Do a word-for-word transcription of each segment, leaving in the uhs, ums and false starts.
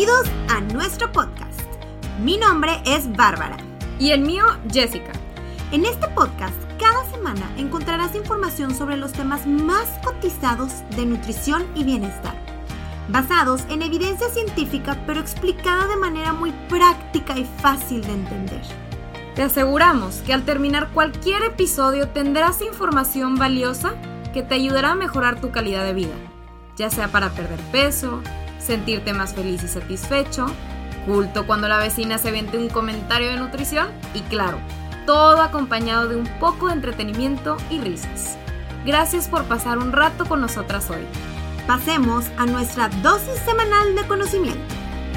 Bienvenidos a nuestro podcast. Mi nombre es Bárbara. Y el mío, Jessica. En este podcast, cada semana encontrarás información sobre los temas más cotizados de nutrición y bienestar, basados en evidencia científica, pero explicada de manera muy práctica y fácil de entender. Te aseguramos que al terminar cualquier episodio tendrás información valiosa que te ayudará a mejorar tu calidad de vida, ya sea para perder peso, sentirte más feliz y satisfecho, culto cuando la vecina se aviente un comentario de nutrición y claro, todo acompañado de un poco de entretenimiento y risas. Gracias por pasar un rato con nosotras hoy. Pasemos a nuestra dosis semanal de conocimiento.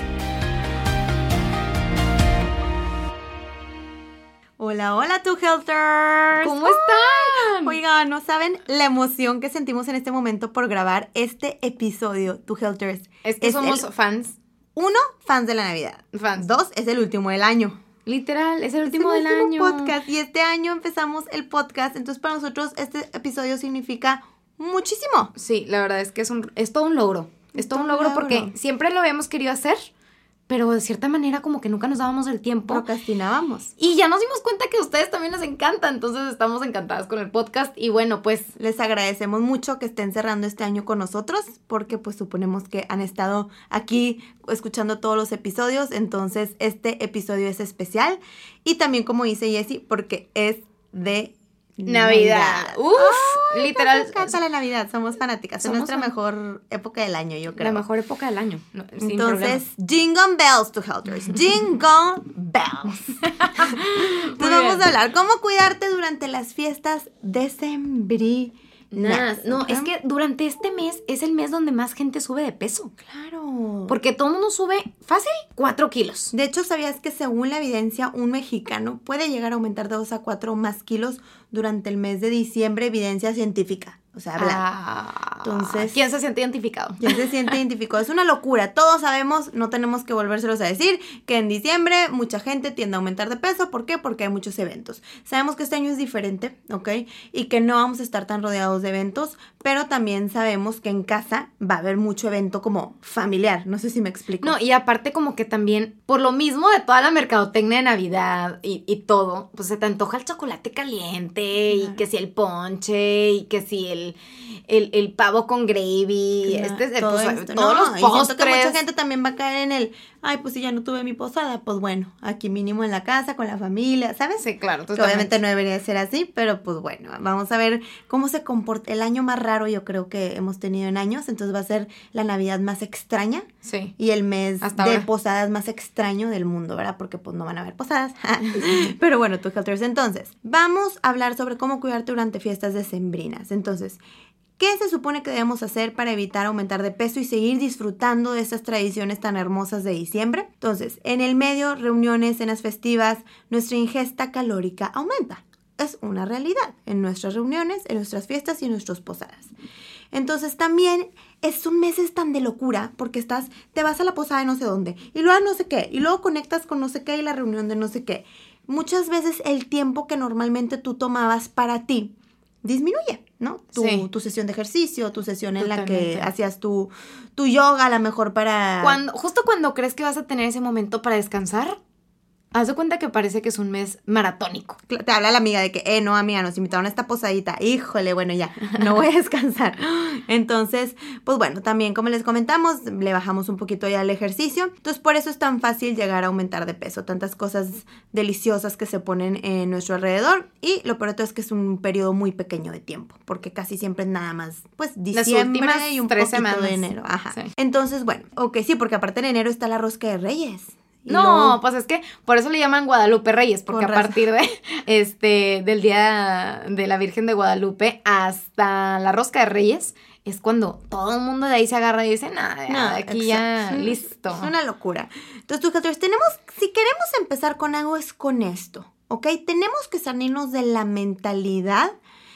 Hola, hola, Two Healthers. ¿Cómo están? Oigan, no saben la emoción que sentimos en este momento por grabar este episodio, Two Healthers. Es que es somos el, fans. Uno, fans de la Navidad. Fans. Dos, es el último del año. Literal, es el último es el del último año. podcast. Y este año empezamos el podcast. Entonces, para nosotros, este episodio significa muchísimo. Sí, la verdad es que es, un, es todo un logro. Es, es todo un logro, logro porque siempre lo habíamos querido hacer, pero de cierta manera como que nunca nos dábamos el tiempo. Procrastinábamos. Y ya nos dimos cuenta que a ustedes también les encanta, entonces estamos encantadas con el podcast. Y bueno, pues les agradecemos mucho que estén cerrando este año con nosotros, porque pues suponemos que han estado aquí escuchando todos los episodios, entonces este episodio es especial. Y también, como dice Jessie, porque es de Navidad. Navidad. Uf, Ay, literal. Nos encanta la Navidad, somos fanáticas. Somos es nuestra fan... mejor época del año, yo creo. La mejor época del año. No, Entonces, Jingle Bells, Two Healthers. Jingle Bells. Entonces vamos a hablar cómo cuidarte durante las fiestas decembrinas. No, ¿okay? Es que durante este mes es el mes donde más gente sube de peso. Claro. Porque todo el mundo sube fácil cuatro kilos. De hecho, ¿sabías que según la evidencia, un mexicano puede llegar a aumentar de dos a cuatro más kilos durante el mes de diciembre? Evidencia científica. O sea, habla. Ah, Entonces, ¿quién se siente identificado? ¿Quién se siente identificado? Es una locura. Todos sabemos, no tenemos que volvérselos a decir, que en diciembre mucha gente tiende a aumentar de peso. ¿Por qué? Porque hay muchos eventos. Sabemos que este año es diferente, ¿ok? Y que no vamos a estar tan rodeados de eventos, pero también sabemos que en casa va a haber mucho evento como familiar. No sé si me explico. No, y aparte como que también, por lo mismo de toda la mercadotecnia de Navidad y, y todo, pues se te antoja el chocolate caliente, claro. Y que si el ponche, y que si el El, el pavo con gravy, claro, este, todo pues, esto, todos no, los y postres. siento que mucha gente también va a caer en el, ay, pues si ya no tuve mi posada, pues bueno, aquí mínimo en la casa, con la familia, ¿sabes? Sí, claro. Que obviamente no debería ser así, pero pues bueno, vamos a ver cómo se comporta. El año más raro yo creo que hemos tenido en años, entonces va a ser la Navidad más extraña. Sí. Y el mes hasta de ahora. Posadas más extraño del mundo, ¿verdad? Porque pues no van a haber posadas. Pero bueno, Two Healthers, entonces, vamos a hablar sobre cómo cuidarte durante fiestas decembrinas. Entonces, ¿qué se supone que debemos hacer para evitar aumentar de peso y seguir disfrutando de estas tradiciones tan hermosas de diciembre? Entonces, en el medio, reuniones, cenas festivas, nuestra ingesta calórica aumenta. Es una realidad en nuestras reuniones, en nuestras fiestas y en nuestras posadas. Entonces, también es un mes tan de locura porque estás, te vas a la posada de no sé dónde y luego a no sé qué y luego conectas con no sé qué y la reunión de no sé qué. Muchas veces el tiempo que normalmente tú tomabas para ti disminuye, ¿no? Tu, sí. tu sesión de ejercicio, tu sesión en Totalmente. La que hacías tu, tu yoga, a lo mejor para... Cuando, justo cuando crees que vas a tener ese momento para descansar, haz de cuenta que parece que es un mes maratónico. Te habla la amiga de que, eh, no, amiga, nos invitaron a esta posadita. Híjole, bueno, ya, no voy a descansar. Entonces, pues bueno, también como les comentamos, le bajamos un poquito ya el ejercicio. Entonces, por eso es tan fácil llegar a aumentar de peso. Tantas cosas deliciosas que se ponen en nuestro alrededor. Y lo peor de todo es que es un periodo muy pequeño de tiempo. Porque casi siempre es nada más, pues, diciembre y un poquito semanas. de enero. Ajá. Sí. Entonces, bueno, ok, sí, porque aparte en enero está la rosca de Reyes. Y no, luego, pues es que por eso le llaman Guadalupe Reyes, porque a partir de este del día de la Virgen de Guadalupe hasta la rosca de Reyes es cuando todo el mundo de ahí se agarra y dice, nada, no, aquí ya listo. Es una locura. Entonces, tú, Healthers, tenemos, si queremos empezar con algo es con esto, ¿ok? Tenemos que salirnos de la mentalidad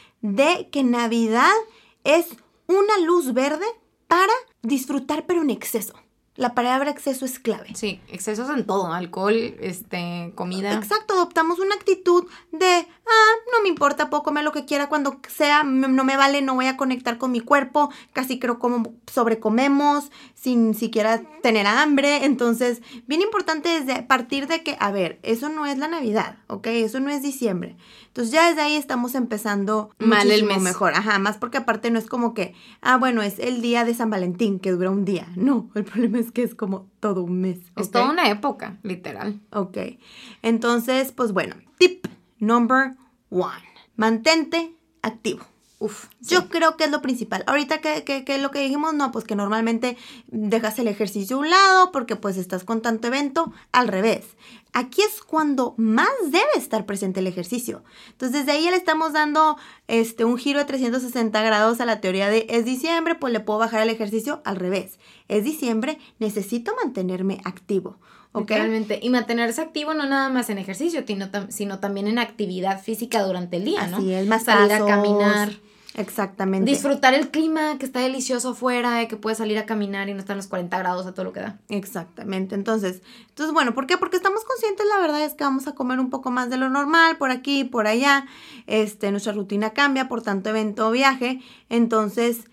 de que Navidad es una luz verde para disfrutar, pero en exceso. La palabra exceso es clave. Sí, excesos en todo, alcohol, este, comida. Exacto, adoptamos una actitud de, ah, no me importa, puedo comer lo que quiera cuando sea, no me vale, no voy a conectar con mi cuerpo, casi creo como sobrecomemos sin siquiera tener hambre. Entonces, bien importante desde partir de que, a ver, eso no es la Navidad, ¿ok? Eso no es diciembre. Entonces ya desde ahí estamos empezando mal el mes. Mejor, ajá, más porque aparte no es como que, ah, bueno, es el día de San Valentín que dura un día. No, el problema es que es como todo un mes. ¿Okay? Es toda una época, literal. Ok, entonces, pues bueno, tip number one, mantente activo. Uf, Yo sí. creo que es lo principal. Ahorita que, que, que lo que dijimos, no, pues que normalmente dejas el ejercicio a un lado porque pues estás con tanto evento. Al revés. Aquí es cuando más debe estar presente el ejercicio. Entonces, desde ahí ya le estamos dando este, un giro de trescientos sesenta grados a la teoría de es diciembre, pues le puedo bajar el ejercicio. Al revés. Es diciembre, necesito mantenerme activo. ¿Okay? Realmente. Y mantenerse activo no nada más en ejercicio, sino, tam- sino también en actividad física durante el día, ¿no? Así es, más salir pasos. a caminar. Exactamente. Disfrutar el clima, que está delicioso afuera, que puedes salir a caminar y no están los cuarenta grados a todo lo que da. Exactamente. Entonces, entonces, bueno, ¿por qué? Porque estamos conscientes, la verdad es que vamos a comer un poco más de lo normal, por aquí, por allá. Este, nuestra rutina cambia por tanto evento o viaje. Entonces,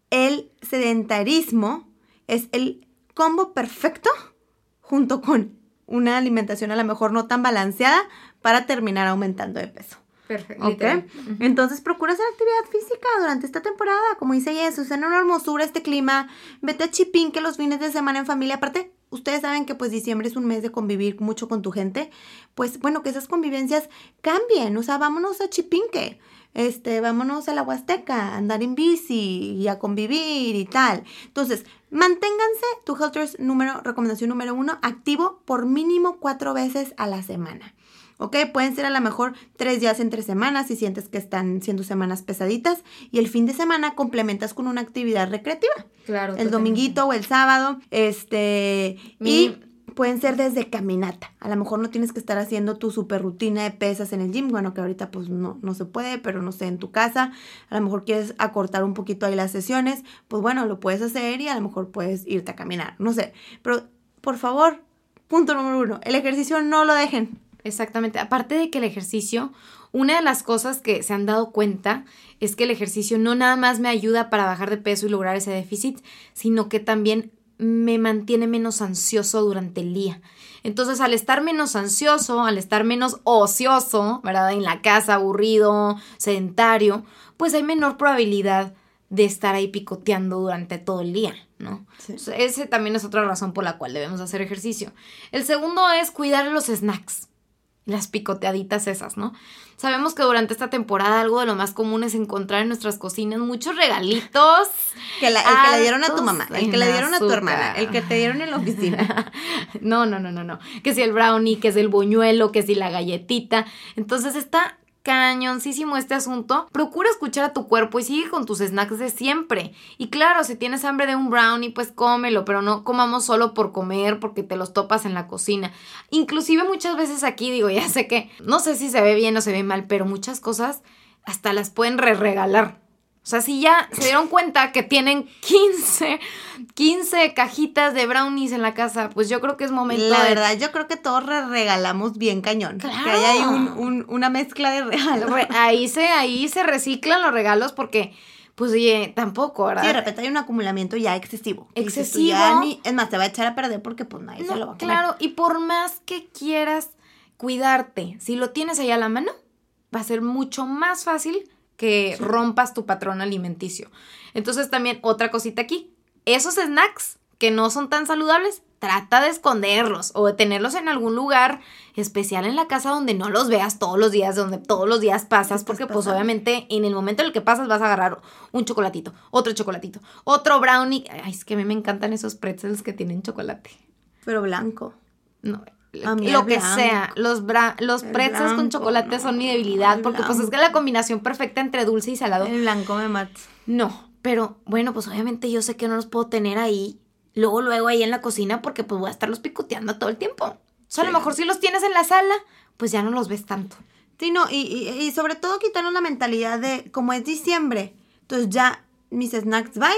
el sedentarismo es el combo perfecto junto con una alimentación a lo mejor no tan balanceada para terminar aumentando de peso. Perfecto. ¿Ok? Uh-huh. Entonces procura hacer actividad física durante esta temporada, como dice Jesús, en una hermosura este clima, vete a Chipinque los fines de semana en familia, aparte, ustedes saben que pues diciembre es un mes de convivir mucho con tu gente, pues bueno, que esas convivencias cambien, o sea, vámonos a Chipinque, este, vámonos a la Huasteca, a andar en bici y a convivir y tal. Entonces, manténganse, tu Helters número, recomendación número uno, activo por mínimo cuatro veces a la semana. ¿Ok? Pueden ser a lo mejor tres días entre semanas si sientes que están siendo semanas pesaditas y el fin de semana complementas con una actividad recreativa. Claro. El dominguito o el sábado, este, Mi... y pueden ser desde caminata. A lo mejor no tienes que estar haciendo tu super rutina de pesas en el gym, bueno, que ahorita pues no, no se puede, pero no sé, en tu casa, a lo mejor quieres acortar un poquito ahí las sesiones, pues bueno, lo puedes hacer y a lo mejor puedes irte a caminar, no sé. Pero, por favor, punto número uno, el ejercicio no lo dejen. Exactamente. Aparte de que el ejercicio, una de las cosas que se han dado cuenta es que el ejercicio no nada más me ayuda para bajar de peso y lograr ese déficit, sino que también me mantiene menos ansioso durante el día. Entonces, al estar menos ansioso, al estar menos ocioso, ¿verdad? En la casa, aburrido, sedentario, pues hay menor probabilidad de estar ahí picoteando durante todo el día, ¿no? Sí. Entonces, ese también es otra razón por la cual debemos hacer ejercicio. El segundo es cuidar los snacks. Las picoteaditas esas, ¿no? Sabemos que durante esta temporada algo de lo más común es encontrar en nuestras cocinas muchos regalitos. que la, el que le dieron a tu mamá, el que le dieron azúcar. A tu hermana, el que te dieron en la oficina. No, no, no, no, no. Que si el brownie, que si el buñuelo, que si la galletita. Entonces está cañoncísimo este asunto. Procura escuchar a tu cuerpo y sigue con tus snacks de siempre. Y claro, si tienes hambre de un brownie, pues cómelo, pero no comamos solo por comer porque te los topas en la cocina. Inclusive muchas veces aquí, digo, ya sé que no sé si se ve bien o se ve mal, pero muchas cosas hasta las pueden re-regalar. O sea, si ya se dieron cuenta que tienen quince, quince cajitas de brownies en la casa, pues yo creo que es momento La de... verdad, yo creo que todos re regalamos bien cañón. Claro. Que haya ahí un, un, una mezcla de regalos. Re- ahí, se, ahí se reciclan los regalos porque, pues, oye, tampoco, ¿verdad? Sí, de repente hay un acumulamiento ya excesivo. Excesivo. Ya ni, es más, te va a echar a perder porque pues nadie no, se lo va a comer. Claro, y por más que quieras cuidarte, si lo tienes ahí a la mano, va a ser mucho más fácil que sí. rompas tu patrón alimenticio. Entonces también otra cosita aquí, esos snacks que no son tan saludables, trata de esconderlos o de tenerlos en algún lugar especial en la casa donde no los veas todos los días, donde todos los días pasas, porque pues obviamente en el momento en el que pasas vas a agarrar un chocolatito, otro chocolatito, otro brownie. Ay, es que a mí me encantan esos pretzels que tienen chocolate. Pero blanco. No, lo que blanco. sea, los, bra- los pretzels blanco, con chocolate no, son mi debilidad, porque blanco. Pues es que la combinación perfecta entre dulce y salado. El blanco me mata. No, pero bueno, pues obviamente yo sé que no los puedo tener ahí, luego, luego ahí en la cocina, porque pues voy a estarlos picoteando todo el tiempo. O sea, sí. A lo mejor si los tienes en la sala, pues ya no los ves tanto. Sí, no, y, y, y sobre todo quitarnos la mentalidad de, como es diciembre, entonces ya mis snacks bye,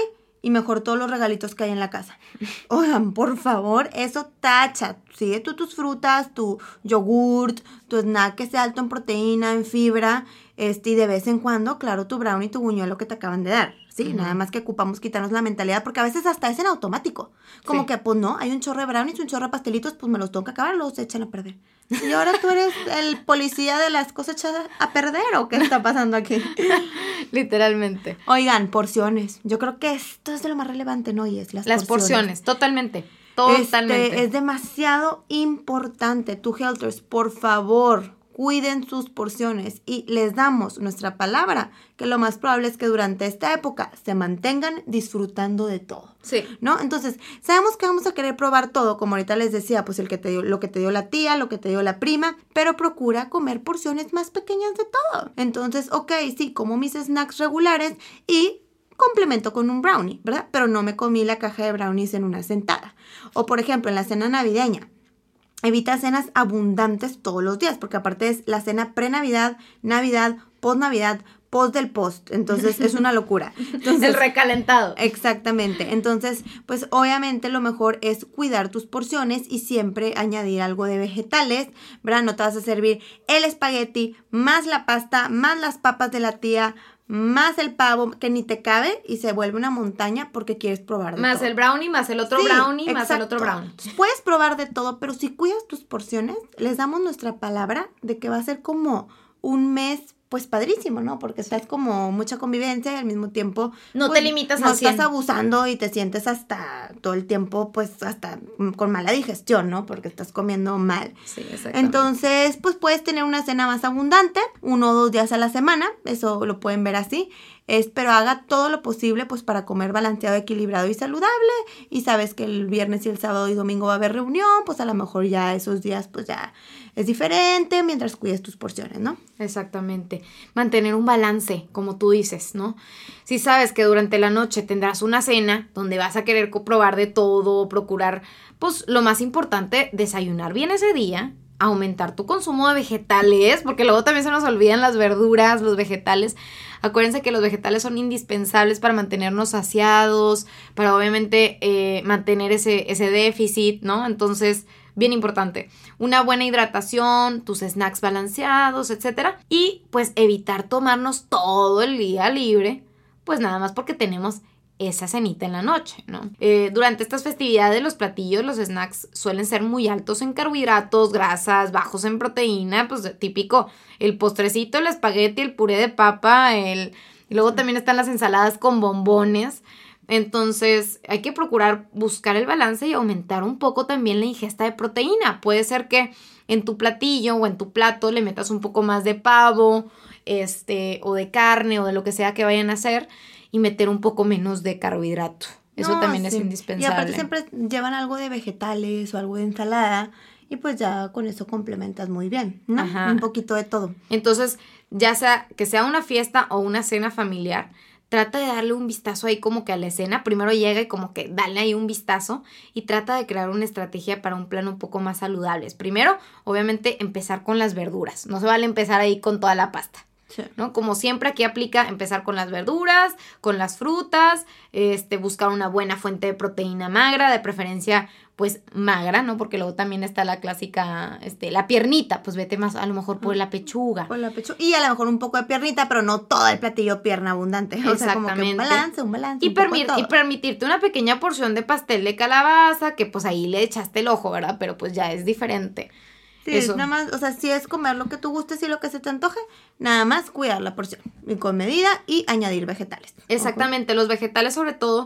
y mejor todos los regalitos que hay en la casa. Oigan, por favor, eso tacha. Sigue tú tus frutas, tu yogurt, tu snack que sea alto en proteína, en fibra, este, y de vez en cuando, claro, tu brownie, tu buñuelo que te acaban de dar. Sí, uh-huh. Nada más que ocupamos quitarnos la mentalidad, porque a veces hasta es en automático. Como sí. que, pues no, hay un chorro de brownies, un chorro de pastelitos, pues me los tengo que acabar, los echan a perder. ¿Y ahora tú eres el policía de las cosas echadas a perder o qué está pasando aquí? Literalmente. Oigan, porciones. Yo creo que esto es de lo más relevante, ¿no? Y es las, las porciones. Las porciones, totalmente. Totalmente. Este, es demasiado importante. Tú, Helters, por favor, cuiden sus porciones y les damos nuestra palabra que lo más probable es que durante esta época se mantengan disfrutando de todo. Sí. ¿No? Entonces, sabemos que vamos a querer probar todo, como ahorita les decía, pues el que te dio, lo que te dio la tía, lo que te dio la prima, pero procura comer porciones más pequeñas de todo. Entonces, ok, sí, como mis snacks regulares y complemento con un brownie, ¿verdad? Pero no me comí la caja de brownies en una sentada. O, por ejemplo, en la cena navideña. Evita cenas abundantes todos los días, porque aparte es la cena pre-Navidad, Navidad, post-Navidad, post del post. Entonces, es una locura. Entonces, el recalentado. Exactamente. Entonces, pues obviamente lo mejor es cuidar tus porciones y siempre añadir algo de vegetales, ¿verdad? No te vas a servir el espagueti, más la pasta, más las papas de la tía, más el pavo que ni te cabe y se vuelve una montaña porque quieres probar de más todo. Más el brownie, más el otro sí, brownie, exacto. Más el otro brownie. Entonces, puedes probar de todo, pero si cuidas tus porciones, les damos nuestra palabra de que va a ser como un mes, pues padrísimo, ¿no? Porque sí. Estás como mucha convivencia y al mismo tiempo no pues, te limitas no al cien. Estás abusando y te sientes hasta todo el tiempo, pues hasta con mala digestión, ¿no? Porque estás comiendo mal. Sí, exactamente. Entonces, pues puedes tener una cena más abundante, uno o dos días a la semana, eso lo pueden ver así. Es, pero haga todo lo posible pues para comer balanceado, equilibrado y saludable, y sabes que el viernes y el sábado y domingo va a haber reunión, pues a lo mejor ya esos días pues ya es diferente mientras cuides tus porciones, ¿no? Exactamente, mantener un balance, como tú dices, ¿no? Si sabes que durante la noche tendrás una cena donde vas a querer probar de todo, procurar, pues lo más importante, desayunar bien ese día, aumentar tu consumo de vegetales, porque luego también se nos olvidan las verduras, los vegetales. Acuérdense que los vegetales son indispensables para mantenernos saciados, para obviamente eh, mantener ese, ese déficit, ¿no? Entonces, bien importante. Una buena hidratación, tus snacks balanceados, etcétera. Y pues evitar tomarnos todo el día libre, pues nada más porque tenemos esa cenita en la noche, ¿no? Eh, durante estas festividades los platillos, los snacks suelen ser muy altos en carbohidratos, grasas, bajos en proteína, pues típico, el postrecito, el espagueti, el puré de papa, el... y luego también están las ensaladas con bombones. Entonces hay que procurar buscar el balance y aumentar un poco también la ingesta de proteína. Puede ser que en tu platillo o en tu plato le metas un poco más de pavo, este, o de carne o de lo que sea que vayan a hacer, y meter un poco menos de carbohidrato. Eso no, también sí. Es indispensable. Y aparte siempre llevan algo de vegetales o algo de ensalada y pues ya con eso complementas muy bien, ¿no? Ajá. Un poquito de todo. Entonces, ya sea que sea una fiesta o una cena familiar, trata de darle un vistazo ahí como que a la escena. Primero llega y como que dale ahí un vistazo y trata de crear una estrategia para un plan un poco más saludable. Primero, obviamente, empezar con las verduras. No se vale empezar ahí con toda la pasta. Sí. ¿No? Como siempre aquí aplica empezar con las verduras, con las frutas, este, buscar una buena fuente de proteína magra, de preferencia pues magra, ¿no? Porque luego también está la clásica, este, la piernita, pues vete más a lo mejor por la pechuga. Por la pechuga. Y a lo mejor un poco de piernita, pero no todo el platillo pierna abundante. O sea, como que un balance, un balance. Y, un permi- y permitirte una pequeña porción de pastel de calabaza, que pues ahí le echaste el ojo, ¿verdad? Pero pues ya es diferente. Sí, eso. Nada más, o sea, si es comer lo que tú gustes y lo que se te antoje, nada más cuidar la porción y con medida y añadir vegetales. Exactamente, los vegetales sobre todo,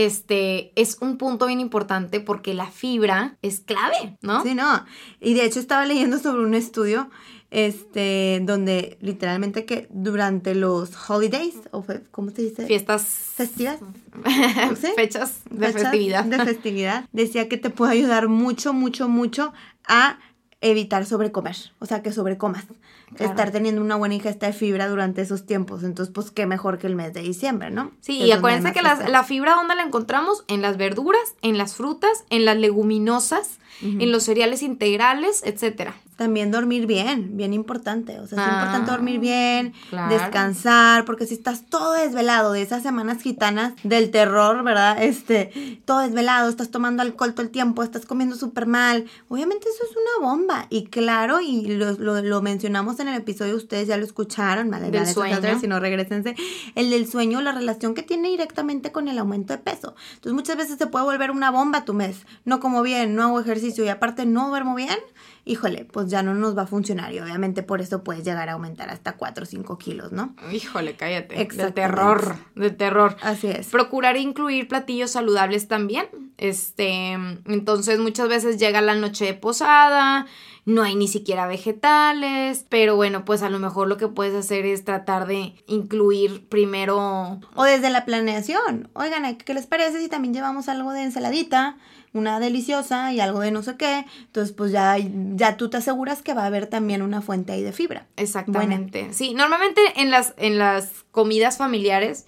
este, es un punto bien importante porque la fibra es clave, ¿no? Sí, no, y de hecho estaba leyendo sobre un estudio, este, donde literalmente que durante los holidays, o fe, ¿cómo se dice? Fiestas. Festivas. ¿Sí? Fechas de Fechas festividad. De festividad, decía que te puede ayudar mucho, mucho, mucho a evitar sobrecomer, o sea, que sobrecomas. claro. estar teniendo una buena ingesta de fibra durante esos tiempos. Entonces, pues, qué mejor que el mes de diciembre, ¿no? Sí, y acuérdense que las, la fibra, ¿dónde la encontramos? En las verduras, en las frutas, en las leguminosas, uh-huh. en los cereales integrales, etcétera. También dormir bien, bien importante. O sea, es ah, importante dormir bien, claro. descansar, porque si estás todo desvelado de esas semanas gitanas del terror, ¿verdad? Este, todo desvelado, estás tomando alcohol todo el tiempo, estás comiendo súper mal. Obviamente eso es una bomba. Y claro, y lo, lo, lo mencionamos en el episodio, ustedes ya lo escucharon, ¿vale? Del sueño. Si no, regrésense. El del sueño, la relación que tiene directamente con el aumento de peso. Entonces, muchas veces se puede volver una bomba tu mes. No como bien, no hago ejercicio y aparte no duermo bien. Híjole, pues ya no nos va a funcionar y obviamente por eso puedes llegar a aumentar hasta cuatro o cinco kilos, ¿no? Híjole, cállate. De terror, de terror. Así es. Procurar incluir platillos saludables también. Este, entonces muchas veces llega la noche de posada, no hay ni siquiera vegetales, pero bueno, pues a lo mejor lo que puedes hacer es tratar de incluir primero... O desde la planeación. Oigan, ¿qué les parece si también llevamos algo de ensaladita? Una deliciosa y algo de no sé qué, entonces pues ya, ya tú te aseguras que va a haber también una fuente ahí de fibra. Exactamente. Buena. Sí, normalmente en las, en las comidas familiares,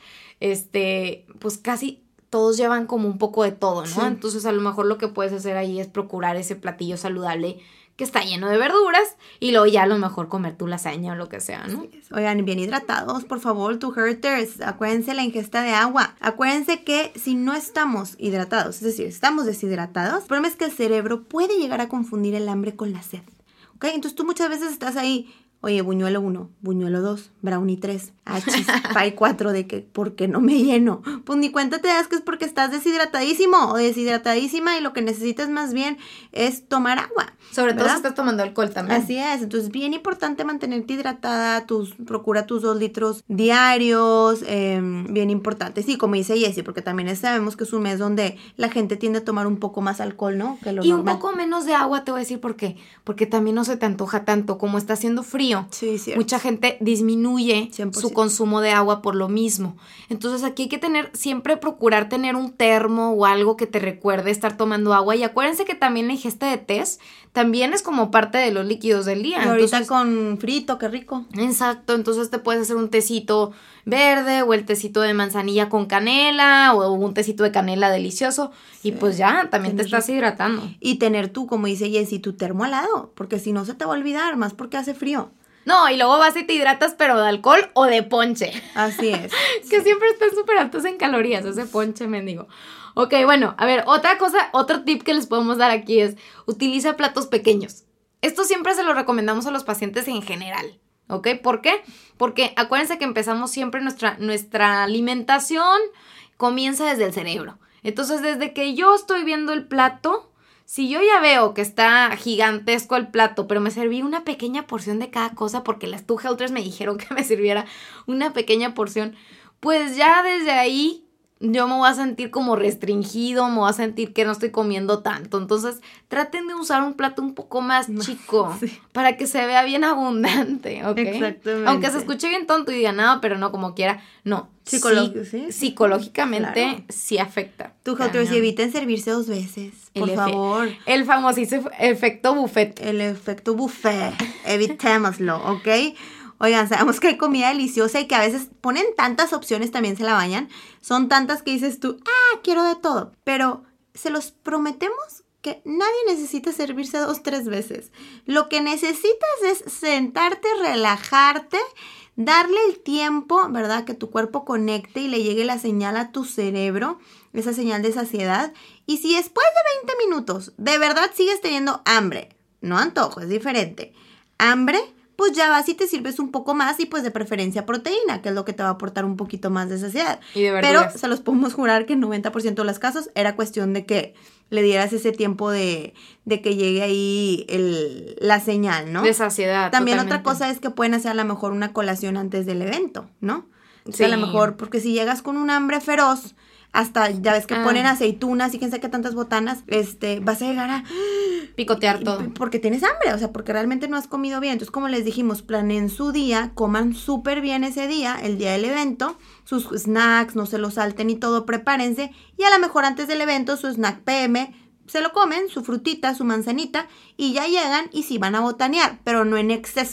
este, pues casi todos llevan como un poco de todo, ¿no? Sí. Entonces a lo mejor lo que puedes hacer ahí es procurar ese platillo saludable que está lleno de verduras y luego ya a lo mejor comer tu lasaña o lo que sea, ¿no? Oigan, bien hidratados, por favor, tu hurters. Acuérdense la ingesta de agua. Acuérdense que si no estamos hidratados, es decir, estamos deshidratados, el problema es que el cerebro puede llegar a confundir el hambre con la sed, ¿ok? Entonces tú muchas veces estás ahí, oye, buñuelo uno, buñuelo dos, brownie tres, achis, pie cuatro, de que, ¿por qué no me lleno? Pues ni cuenta te das que es porque estás deshidratadísimo o deshidratadísima y lo que necesitas más bien es tomar agua. Sobre ¿verdad? todo si estás tomando alcohol también. Así es, entonces bien importante mantenerte hidratada, tus, procura tus dos litros diarios, eh, bien importante. Sí, como dice Jessie, porque también sabemos que es un mes donde la gente tiende a tomar un poco más alcohol, ¿no? Que lo y normal. Un poco menos de agua, te voy a decir por qué. Porque también no se te antoja tanto, como está haciendo frío. Sí, cierto. Mucha gente disminuye cien por ciento su consumo de agua por lo mismo. Entonces aquí hay que tener, siempre procurar tener un termo o algo que te recuerde estar tomando agua. Y acuérdense que también la ingesta de tés también es como parte de los líquidos del día. Y ahorita entonces, con frito, qué rico. Exacto, entonces te puedes hacer un tecito verde o el tecito de manzanilla con canela o un tecito de canela delicioso sí. Y pues ya, también te estás hidratando. Y tener tú, como dice Jessie, tu termo al lado, porque si no se te va a olvidar, más porque hace frío. No, y luego vas y te hidratas, pero de alcohol o de ponche. Así es. que sí. siempre están súper altos en calorías, ese ponche, mendigo. Ok, bueno, a ver, otra cosa, otro tip que les podemos dar aquí es, utiliza platos pequeños. Esto siempre se lo recomendamos a los pacientes en general, ¿ok? ¿Por qué? Porque acuérdense que empezamos siempre nuestra, nuestra alimentación comienza desde el cerebro. Entonces, desde que yo estoy viendo el plato... Si yo ya veo que está gigantesco el plato, pero me serví una pequeña porción de cada cosa porque las two helpers me dijeron que me sirviera una pequeña porción, pues ya desde ahí yo me voy a sentir como restringido, me voy a sentir que no estoy comiendo tanto. Entonces, traten de usar un plato un poco más chico sí. para que se vea bien abundante, ¿ok? Exactamente. Aunque se escuche bien tonto y diga nada, pero no, como quiera, no. Psicológico, sí, ¿sí? Psicológicamente claro. sí afecta. Tú, Helters, y eviten servirse dos veces, por el favor. Efe- el famosísimo efecto buffet. El efecto buffet, evitémoslo, ¿ok? Oigan, sabemos que hay comida deliciosa y que a veces ponen tantas opciones, también se la bañan. Son tantas que dices tú, ah, quiero de todo. Pero se los prometemos que nadie necesita servirse dos, tres veces. Lo que necesitas es sentarte, relajarte, darle el tiempo, ¿verdad? Que tu cuerpo conecte y le llegue la señal a tu cerebro, esa señal de saciedad. Y si después de veinte minutos de verdad sigues teniendo hambre, no antojo, es diferente, hambre, pues ya vas y te sirves un poco más y pues de preferencia proteína, que es lo que te va a aportar un poquito más de saciedad. Y de verduras. Pero se los podemos jurar que en noventa por ciento de los casos era cuestión de que le dieras ese tiempo de, de que llegue ahí el, la señal, ¿no? De saciedad. También totalmente. otra cosa es que pueden hacer a lo mejor una colación antes del evento, ¿no? O Sí. sea, a lo mejor, porque si llegas con un hambre feroz, hasta ya ves que Ah. ponen aceitunas y quién sabe qué tantas botanas, este, vas a llegar a picotear y- todo. porque tienes hambre, o sea, porque realmente no has comido bien. Entonces, como les dijimos, planeen su día, coman súper bien ese día, el día del evento, sus snacks, no se los salten y todo, prepárense. Y a lo mejor antes del evento, su snack P M, se lo comen, su frutita, su manzanita, y ya llegan y sí van a botanear, pero no en exceso.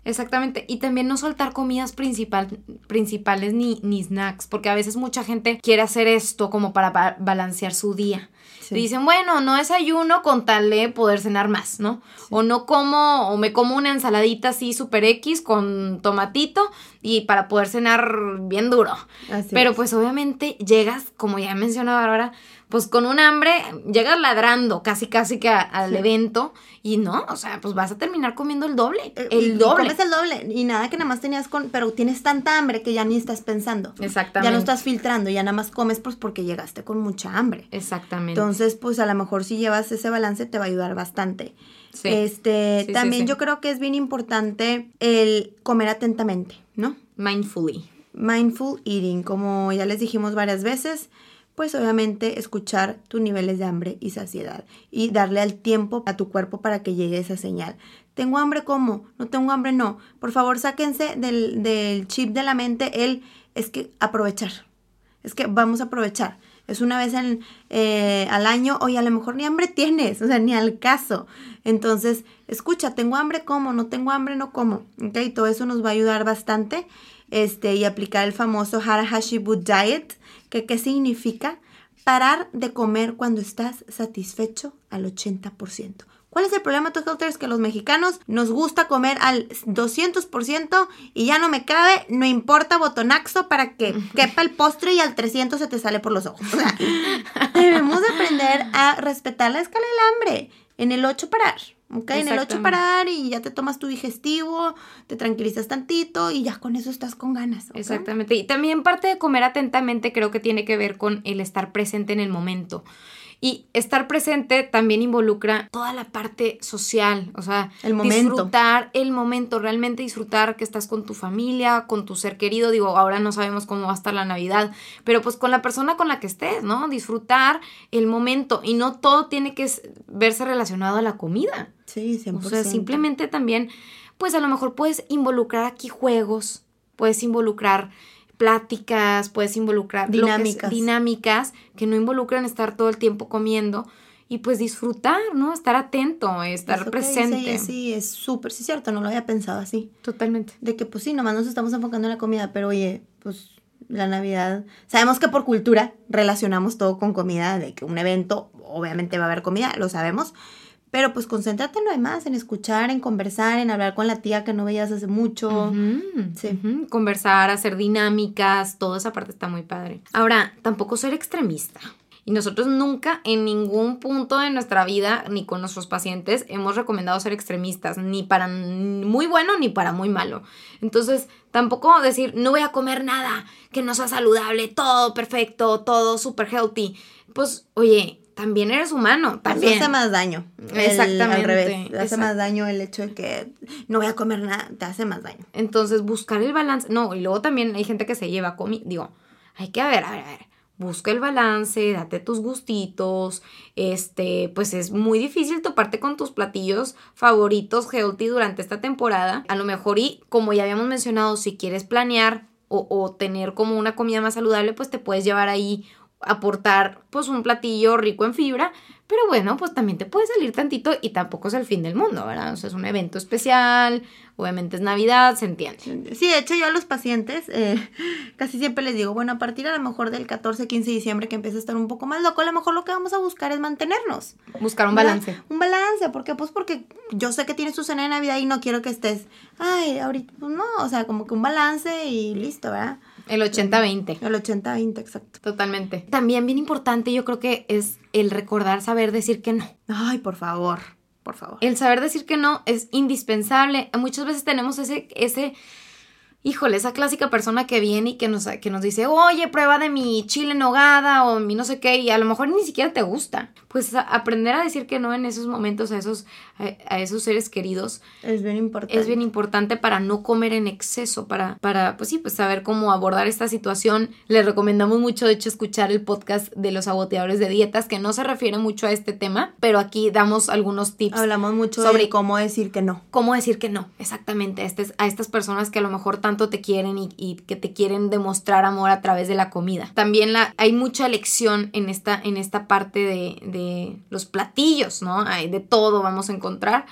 Exactamente, y también no soltar comidas principal, principales ni, ni snacks, porque a veces mucha gente quiere hacer esto como para ba- balancear su día. Sí. Y dicen, bueno, no desayuno con tal de poder cenar más, ¿no? Sí. O no como, o me como una ensaladita así super X con tomatito y para poder cenar bien duro. Así Pero es. Pues obviamente llegas, como ya mencionó Bárbara, pues con un hambre, llegas ladrando casi casi que a, al sí. evento y no, o sea, pues vas a terminar comiendo el doble, el y, doble. Y comes el doble y nada que nada más tenías con, pero tienes tanta hambre que ya ni estás pensando. Exactamente. Ya no estás filtrando, ya nada más comes pues porque llegaste con mucha hambre. Exactamente. Entonces, pues a lo mejor si llevas ese balance te va a ayudar bastante. Sí. Este, sí, también sí, sí. yo creo que es bien importante el comer atentamente, ¿no? Mindfully. Mindful eating, como ya les dijimos varias veces, pues obviamente escuchar tus niveles de hambre y saciedad y darle al tiempo a tu cuerpo para que llegue esa señal. ¿Tengo hambre? ¿Cómo? ¿No tengo hambre? No. Por favor, sáquense del, del chip de la mente el, es que aprovechar. Es que vamos a aprovechar. Es una vez en, eh, al año, oye, a lo mejor ni hambre tienes, o sea, ni al caso. Entonces, escucha, ¿tengo hambre? ¿Cómo? ¿No tengo hambre? No como. ¿Ok? Todo eso nos va a ayudar bastante. Este, y aplicar el famoso Hara Hashibut Diet, que ¿qué significa? Parar de comer cuando estás satisfecho al ochenta por ciento. ¿Cuál es el problema, Two Healthers? Que los mexicanos nos gusta comer al doscientos por ciento y ya no me cabe, no importa botonaxo para que quepa el postre y al trescientos se te sale por los ojos. O sea, debemos aprender a respetar la escala del hambre. En el ocho parar. ¿Ok? En el ocho parar y ya te tomas tu digestivo, te tranquilizas tantito y ya con eso estás con ganas. ¿Okay? Exactamente. Y también parte de comer atentamente creo que tiene que ver con el estar presente en el momento. Y estar presente también involucra toda la parte social, o sea, el momento. Disfrutar el momento, realmente disfrutar que estás con tu familia, con tu ser querido. Digo, ahora no sabemos cómo va a estar la Navidad, pero pues con la persona con la que estés, ¿no? Disfrutar el momento y no todo tiene que verse relacionado a la comida. Sí, cien por ciento. O sea, simplemente también, pues a lo mejor puedes involucrar aquí juegos, puedes involucrar pláticas, puedes involucrar dinámicas. Lo que es, dinámicas que no involucran estar todo el tiempo comiendo y pues disfrutar, ¿no? Estar atento, estar Eso presente. Dice, sí, es súper, sí, cierto, no lo había pensado así. Totalmente. De que pues sí, nomás nos estamos enfocando en la comida, pero oye, pues la Navidad, sabemos que por cultura relacionamos todo con comida, de que un evento obviamente va a haber comida, lo sabemos. Pero pues concéntrate en lo demás, en escuchar, en conversar, en hablar con la tía que no veías hace mucho. Uh-huh, sí. Uh-huh. Conversar, hacer dinámicas, toda esa parte está muy padre. Ahora, tampoco ser extremista. Y nosotros nunca en ningún punto de nuestra vida, ni con nuestros pacientes, hemos recomendado ser extremistas, ni para muy bueno ni para muy malo. Entonces, tampoco decir, no voy a comer nada que no sea saludable, todo perfecto, todo super healthy. Pues, oye, también eres humano, también. Eso hace más daño. Exactamente. El, al revés, hace Exacto. más daño el hecho de que no voy a comer nada, te hace más daño. Entonces, buscar el balance. No, y luego también hay gente que se lleva comida. Digo, hay que, a ver, a ver, a ver. Busca el balance, date tus gustitos. Este, pues es muy difícil toparte con tus platillos favoritos healthy durante esta temporada. A lo mejor, y como ya habíamos mencionado, si quieres planear o, o tener como una comida más saludable, pues te puedes llevar ahí aportar pues un platillo rico en fibra, pero bueno, pues también te puede salir tantito y tampoco es el fin del mundo, ¿verdad? O sea, es un evento especial, obviamente es Navidad, se entiende. Sí, de hecho yo a los pacientes eh, casi siempre les digo, bueno, a partir a lo mejor del catorce, quince de diciembre que empieza a estar un poco más loco, a lo mejor lo que vamos a buscar es mantenernos. Buscar un balance. ¿Verdad? Un balance, ¿por qué? Pues porque yo sé que tienes tu cena de Navidad y no quiero que estés, ay, ahorita, pues no, o sea, como que un balance y listo, ¿verdad? El ochenta veinte. El ochenta veinte, exacto. Totalmente. También bien importante yo creo que es el recordar saber decir que no. Ay, por favor, por favor. El saber decir que no es indispensable. Muchas veces tenemos ese, ese, híjole, esa clásica persona que viene y que nos, que nos dice, oye, prueba de mi chile en nogada o mi no sé qué, y a lo mejor ni siquiera te gusta. Pues a, aprender a decir que no en esos momentos a esos, a, a esos seres queridos es bien importante. Es bien importante para no comer en exceso, para, para pues sí, pues saber cómo abordar esta situación. Les recomendamos mucho, de hecho, escuchar el podcast de los saboteadores de dietas, que no se refiere mucho a este tema, pero aquí damos algunos tips. Hablamos mucho sobre de cómo decir que no. Cómo decir que no, exactamente, a, este, a estas personas que a lo mejor tanto te quieren y, y que te quieren demostrar amor a través de la comida. También la, hay mucha elección en esta, en esta parte de, de los platillos, ¿no? Hay de todo vamos a encontrar.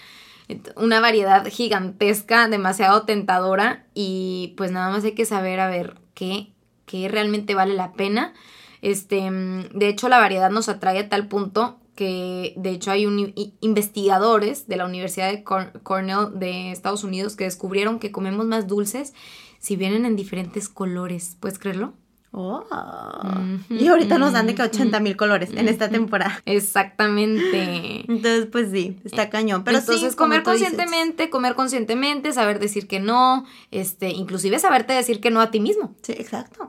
una variedad gigantesca, demasiado tentadora y pues nada más hay que saber a ver qué, qué realmente vale la pena. Este, de hecho, la variedad nos atrae a tal punto que de hecho hay un, investigadores de la Universidad de Cornell de Estados Unidos que descubrieron que comemos más dulces si vienen en diferentes colores. ¿Puedes creerlo? Oh. Mm-hmm. Y ahorita nos dan de que ochenta mil colores mm-hmm. en esta temporada. Exactamente. Entonces, pues sí, está cañón. Pero entonces, sí, comer conscientemente, dices. comer conscientemente, saber decir que no, este, inclusive saberte decir que no a ti mismo. Sí, exacto.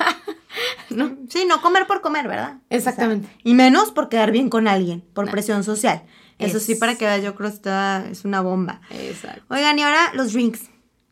¿No? Sí, no comer por comer, ¿verdad? Exactamente. O sea, y menos por quedar bien con alguien, por no. presión social. Eso es... sí, para que veas, yo creo que está, es una bomba. Exacto. Oigan, y ahora los drinks.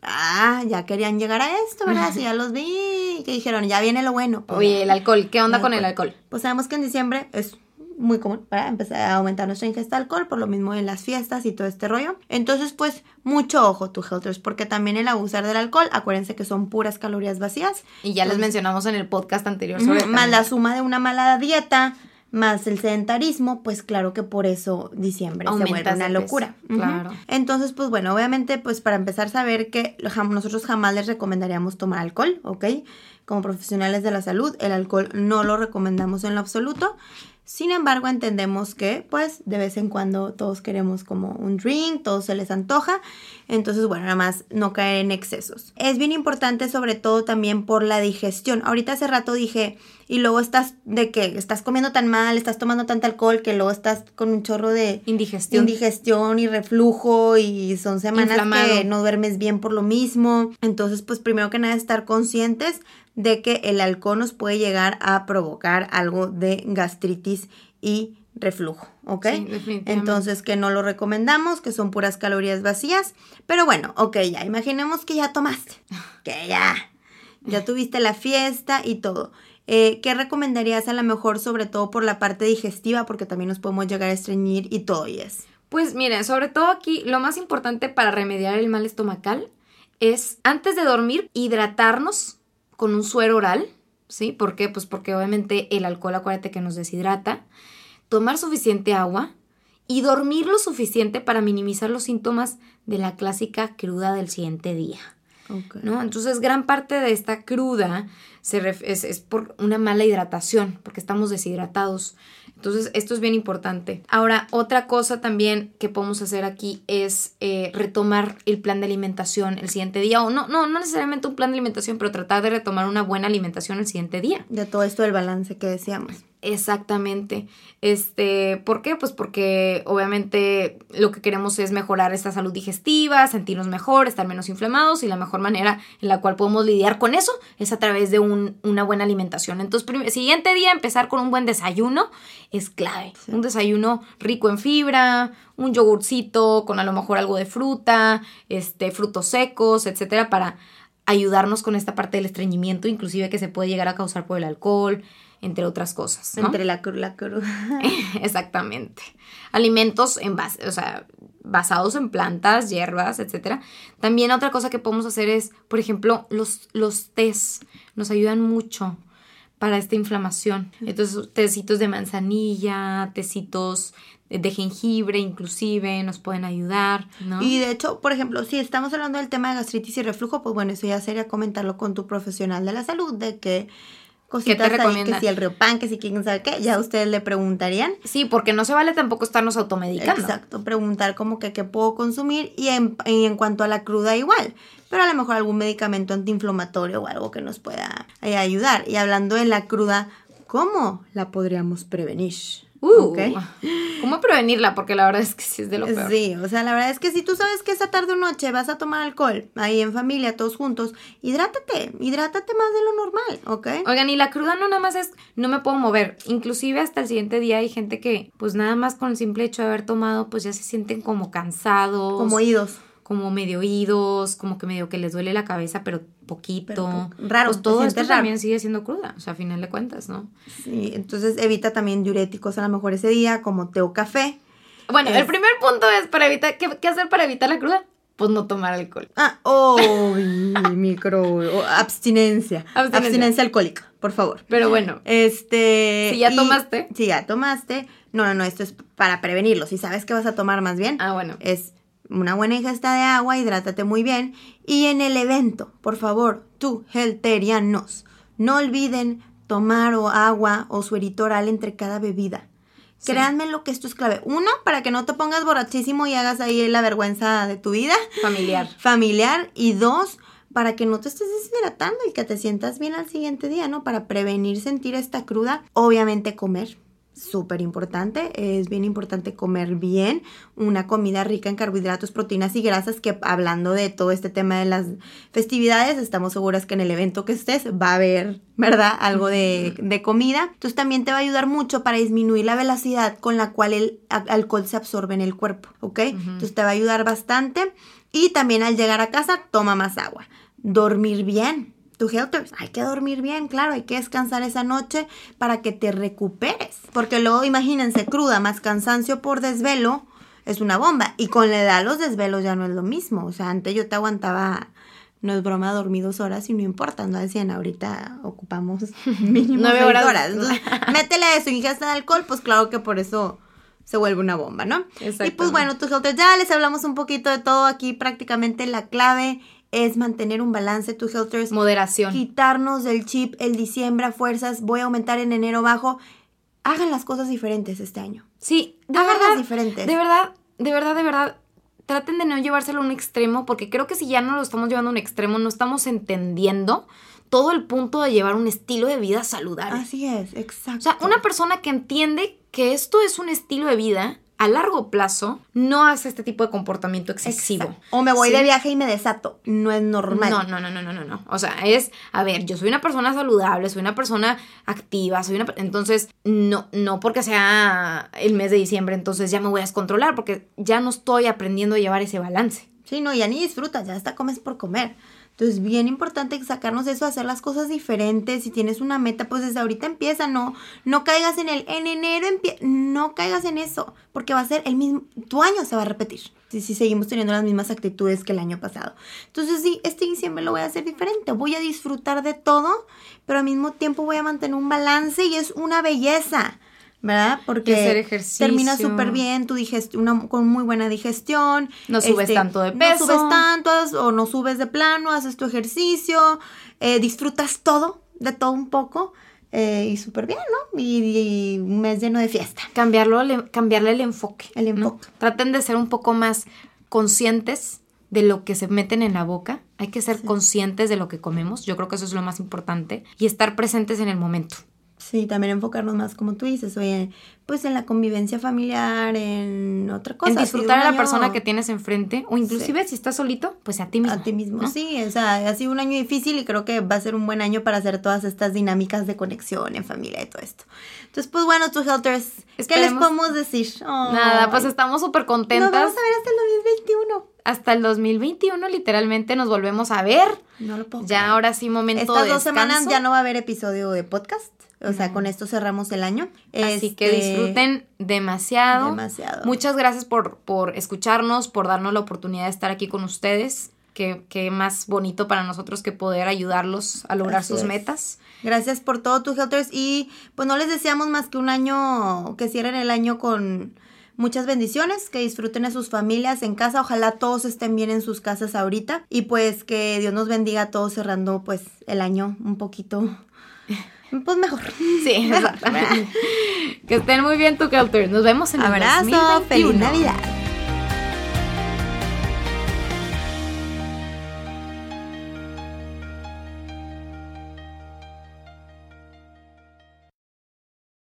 Ah, ya querían llegar a esto, ¿verdad? Sí, ya los vi, que dijeron, ya viene lo bueno. Pues, oye, el alcohol, ¿qué onda el con alcohol? el alcohol? Pues sabemos que en diciembre es muy común para empezar a aumentar nuestra ingesta de alcohol, por lo mismo en las fiestas y todo este rollo. Entonces, pues, mucho ojo, tu Helters, porque también el abusar del alcohol, acuérdense que son puras calorías vacías. Y ya Entonces, les mencionamos en el podcast anterior sobre... Uh-huh, más la suma de una mala dieta, más el sedentarismo, pues claro que por eso diciembre Aumentas se vuelve una locura. Uh-huh. Claro. Entonces, pues bueno, obviamente, pues para empezar a saber que nosotros jamás les recomendaríamos tomar alcohol, ¿ok? Como profesionales de la salud, el alcohol no lo recomendamos en lo absoluto. Sin embargo, entendemos que, pues, de vez en cuando todos queremos como un drink, todos se les antoja. Entonces, bueno, nada más no caer en excesos. Es bien importante, sobre todo, también por la digestión. Ahorita hace rato dije, y luego estás de que estás comiendo tan mal, estás tomando tanto alcohol, que luego estás con un chorro de indigestión, indigestión y reflujo, y son semanas Inflamado. que no duermes bien por lo mismo. Entonces, pues, primero que nada, estar conscientes de que el alcohol nos puede llegar a provocar algo de gastritis y reflujo, ¿ok? Sí, definitivamente. Entonces, que no lo recomendamos, que son puras calorías vacías. Pero bueno, ok, ya, imaginemos que ya tomaste, que ya, ya tuviste la fiesta y todo. Eh, ¿Qué recomendarías a lo mejor, sobre todo por la parte digestiva? Porque también nos podemos llegar a estreñir y todo, y es. Pues miren, sobre todo aquí, lo más importante para remediar el mal estomacal es, antes de dormir, hidratarnos con un suero oral, ¿sí? ¿Por qué? Pues porque obviamente el alcohol, acuérdate que nos deshidrata. Tomar suficiente agua y dormir lo suficiente para minimizar los síntomas de la clásica cruda del siguiente día. Okay. ¿No? Entonces, gran parte de esta cruda se ref- es, es por una mala hidratación, porque estamos deshidratados. Entonces, esto es bien importante. Ahora, otra cosa también que podemos hacer aquí es eh, retomar el plan de alimentación el siguiente día. O no, no, no necesariamente un plan de alimentación, pero tratar de retomar una buena alimentación el siguiente día. De todo esto del balance que decíamos. Exactamente. Este, ¿por qué? Pues porque obviamente lo que queremos es mejorar esta salud digestiva, sentirnos mejor, estar menos inflamados, y la mejor manera en la cual podemos lidiar con eso es a través de un, una buena alimentación. Entonces, prim- siguiente día empezar con un buen desayuno es clave. Sí. Un desayuno rico en fibra, un yogurcito con a lo mejor algo de fruta, este, frutos secos, etcétera, para ayudarnos con esta parte del estreñimiento, inclusive que se puede llegar a causar por el alcohol, entre otras cosas, ¿no? Entre la cruz, la cruz. Exactamente. Alimentos en base, o sea, basados en plantas, hierbas, etcétera. También otra cosa que podemos hacer es, por ejemplo, los, los tés nos ayudan mucho para esta inflamación. Entonces, tecitos de manzanilla, tecitos de jengibre inclusive nos pueden ayudar, ¿no? Y de hecho, por ejemplo, si estamos hablando del tema de gastritis y reflujo, pues bueno, eso ya sería comentarlo con tu profesional de la salud, de que cositas ahí, que si el Riopan, que si quién sabe qué, ya ustedes le preguntarían. Sí, porque no se vale tampoco estarnos automedicando. Exacto, preguntar como que qué puedo consumir, y en, y en cuanto a la cruda igual, pero a lo mejor algún medicamento antiinflamatorio o algo que nos pueda eh, ayudar. Y hablando de la cruda, ¿cómo la podríamos prevenir? Uh, ¿Okay? ¿Cómo prevenirla? Porque la verdad es que sí es de lo peor. Sí, o sea, la verdad es que si tú sabes que esa tarde o noche vas a tomar alcohol, ahí en familia, todos juntos, hidrátate, hidrátate más de lo normal, ¿ok? Oigan, y la cruda no nada más es, no me puedo mover, inclusive hasta el siguiente día hay gente que, pues nada más con el simple hecho de haber tomado, pues ya se sienten como cansados. Como oídos. Como medio oídos, como que medio que les duele la cabeza, pero poquito. Pero po- raro. Pues todo esto raro. también sigue siendo cruda, o sea, a final de cuentas, ¿no? Sí, entonces evita también diuréticos a lo mejor ese día, como té o café. Bueno, es... el primer punto es para evitar, ¿qué, qué hacer para evitar la cruda? Pues no tomar alcohol. Ah, oh, micro, oh, abstinencia. abstinencia. Abstinencia alcohólica, por favor. Pero bueno. Este. Si ya y, tomaste. Si ya tomaste. No, no, no, esto es para prevenirlo. Si sabes que vas a tomar más bien. Ah, bueno. Es una buena ingesta de agua, hidrátate muy bien. Y en el evento, por favor, tú, healtherianos, no olviden tomar o agua o suerito oral entre cada bebida. Sí. Créanme lo que esto es clave. Uno, para que no te pongas borrachísimo y hagas ahí la vergüenza de tu vida. Familiar. Familiar. Y dos, para que no te estés deshidratando y que te sientas bien al siguiente día, ¿no? Para prevenir sentir esta cruda. Obviamente comer. Súper importante, es bien importante comer bien, una comida rica en carbohidratos, proteínas y grasas, que hablando de todo este tema de las festividades, estamos seguras que en el evento que estés va a haber, ¿verdad? Algo de, de comida. Entonces también te va a ayudar mucho para disminuir la velocidad con la cual el alcohol se absorbe en el cuerpo, ¿ok? Uh-huh. Entonces te va a ayudar bastante. Y también al llegar a casa, toma más agua. Dormir bien. Tu Helters, hay que dormir bien, claro, hay que descansar esa noche para que te recuperes. Porque luego, imagínense, cruda más cansancio por desvelo, es una bomba. Y con la edad los desvelos ya no es lo mismo. O sea, antes yo te aguantaba, no es broma, dormí dos horas y no importa, no decían, ahorita ocupamos mínimo nueve horas. horas. Entonces, métele a eso, ingesta de alcohol, pues claro que por eso se vuelve una bomba, ¿no? Y pues bueno, tu Helters, ya les hablamos un poquito de todo aquí, prácticamente la clave es mantener un balance, tu Helters. Moderación. Quitarnos del chip el diciembre a fuerzas, voy a aumentar en enero bajo. Hagan las cosas diferentes este año. Sí, de Hagan verdad, las diferentes. De verdad, de verdad, de verdad. Traten de no llevárselo a un extremo, porque creo que si ya no lo estamos llevando a un extremo, no estamos entendiendo todo el punto de llevar un estilo de vida saludable. Así es, exacto. O sea, una persona que entiende que esto es un estilo de vida a largo plazo, no hace este tipo de comportamiento excesivo. Exacto. O me voy ¿Sí? de viaje y me desato. No es normal. No, no, no, no, no, no, no. O sea, es, a ver, yo soy una persona saludable, soy una persona activa, soy una... Entonces, no, no porque sea el mes de diciembre, entonces ya me voy a descontrolar, porque ya no estoy aprendiendo a llevar ese balance. Sí, no, ya ni disfrutas, ya hasta comes por comer. Entonces, bien importante sacarnos eso, hacer las cosas diferentes. Si tienes una meta, pues desde ahorita empieza. No, no caigas en el, en enero, empie- no caigas en eso. Porque va a ser el mismo, tu año se va a repetir. Si, si seguimos teniendo las mismas actitudes que el año pasado. Entonces, sí, este diciembre lo voy a hacer diferente. Voy a disfrutar de todo, pero al mismo tiempo voy a mantener un balance y es una belleza, ¿verdad? Porque hacer ejercicio, termina súper bien, tu digest- una, con muy buena digestión. No subes este, tanto de peso. No subes tanto o no subes de plano, haces tu ejercicio, eh, disfrutas todo, de todo un poco. Eh, y súper bien, ¿no? Y, y un mes lleno de fiesta. Cambiarlo, le, cambiarle el enfoque. El enfoque. ¿No? Traten de ser un poco más conscientes de lo que se meten en la boca. Hay que ser sí. conscientes de lo que comemos. Yo creo que eso es lo más importante. Y estar presentes en el momento. Sí, también enfocarnos más, como tú dices, oye, pues en la convivencia familiar, en otra cosa. En disfrutar a la año... persona que tienes enfrente, o inclusive sí. si estás solito, pues a ti mismo. A ti mismo, ¿no? Sí, o sea, ha sido un año difícil y creo que va a ser un buen año para hacer todas estas dinámicas de conexión en familia y todo esto. Entonces, pues bueno, tus Helters, ¿qué Esperemos... les podemos decir? Oh, Nada, pues estamos súper contentas. Nos vamos a ver hasta el dos mil veintiuno. Hasta el dos mil veintiuno, literalmente, nos volvemos a ver. No lo puedo Ya creer. Ahora sí, momento Estas de descanso. Estas dos semanas ya no va a haber episodio de podcast. O sea, mm. con esto cerramos el año. Así este, que disfruten demasiado. Demasiado. Muchas gracias por, por escucharnos, por darnos la oportunidad de estar aquí con ustedes. Qué, qué más bonito para nosotros que poder ayudarlos a lograr Así sus es. metas. Gracias por todo, tus Helters. Y pues no les deseamos más que un año, que cierren el año con muchas bendiciones, que disfruten a sus familias en casa. Ojalá todos estén bien en sus casas ahorita. Y pues que Dios nos bendiga a todos cerrando pues el año un poquito... Pues mejor. Sí, exactamente. Que estén muy bien, tu Helters. Nos vemos en el Abrazo, dos mil veintiuno. Feliz Navidad.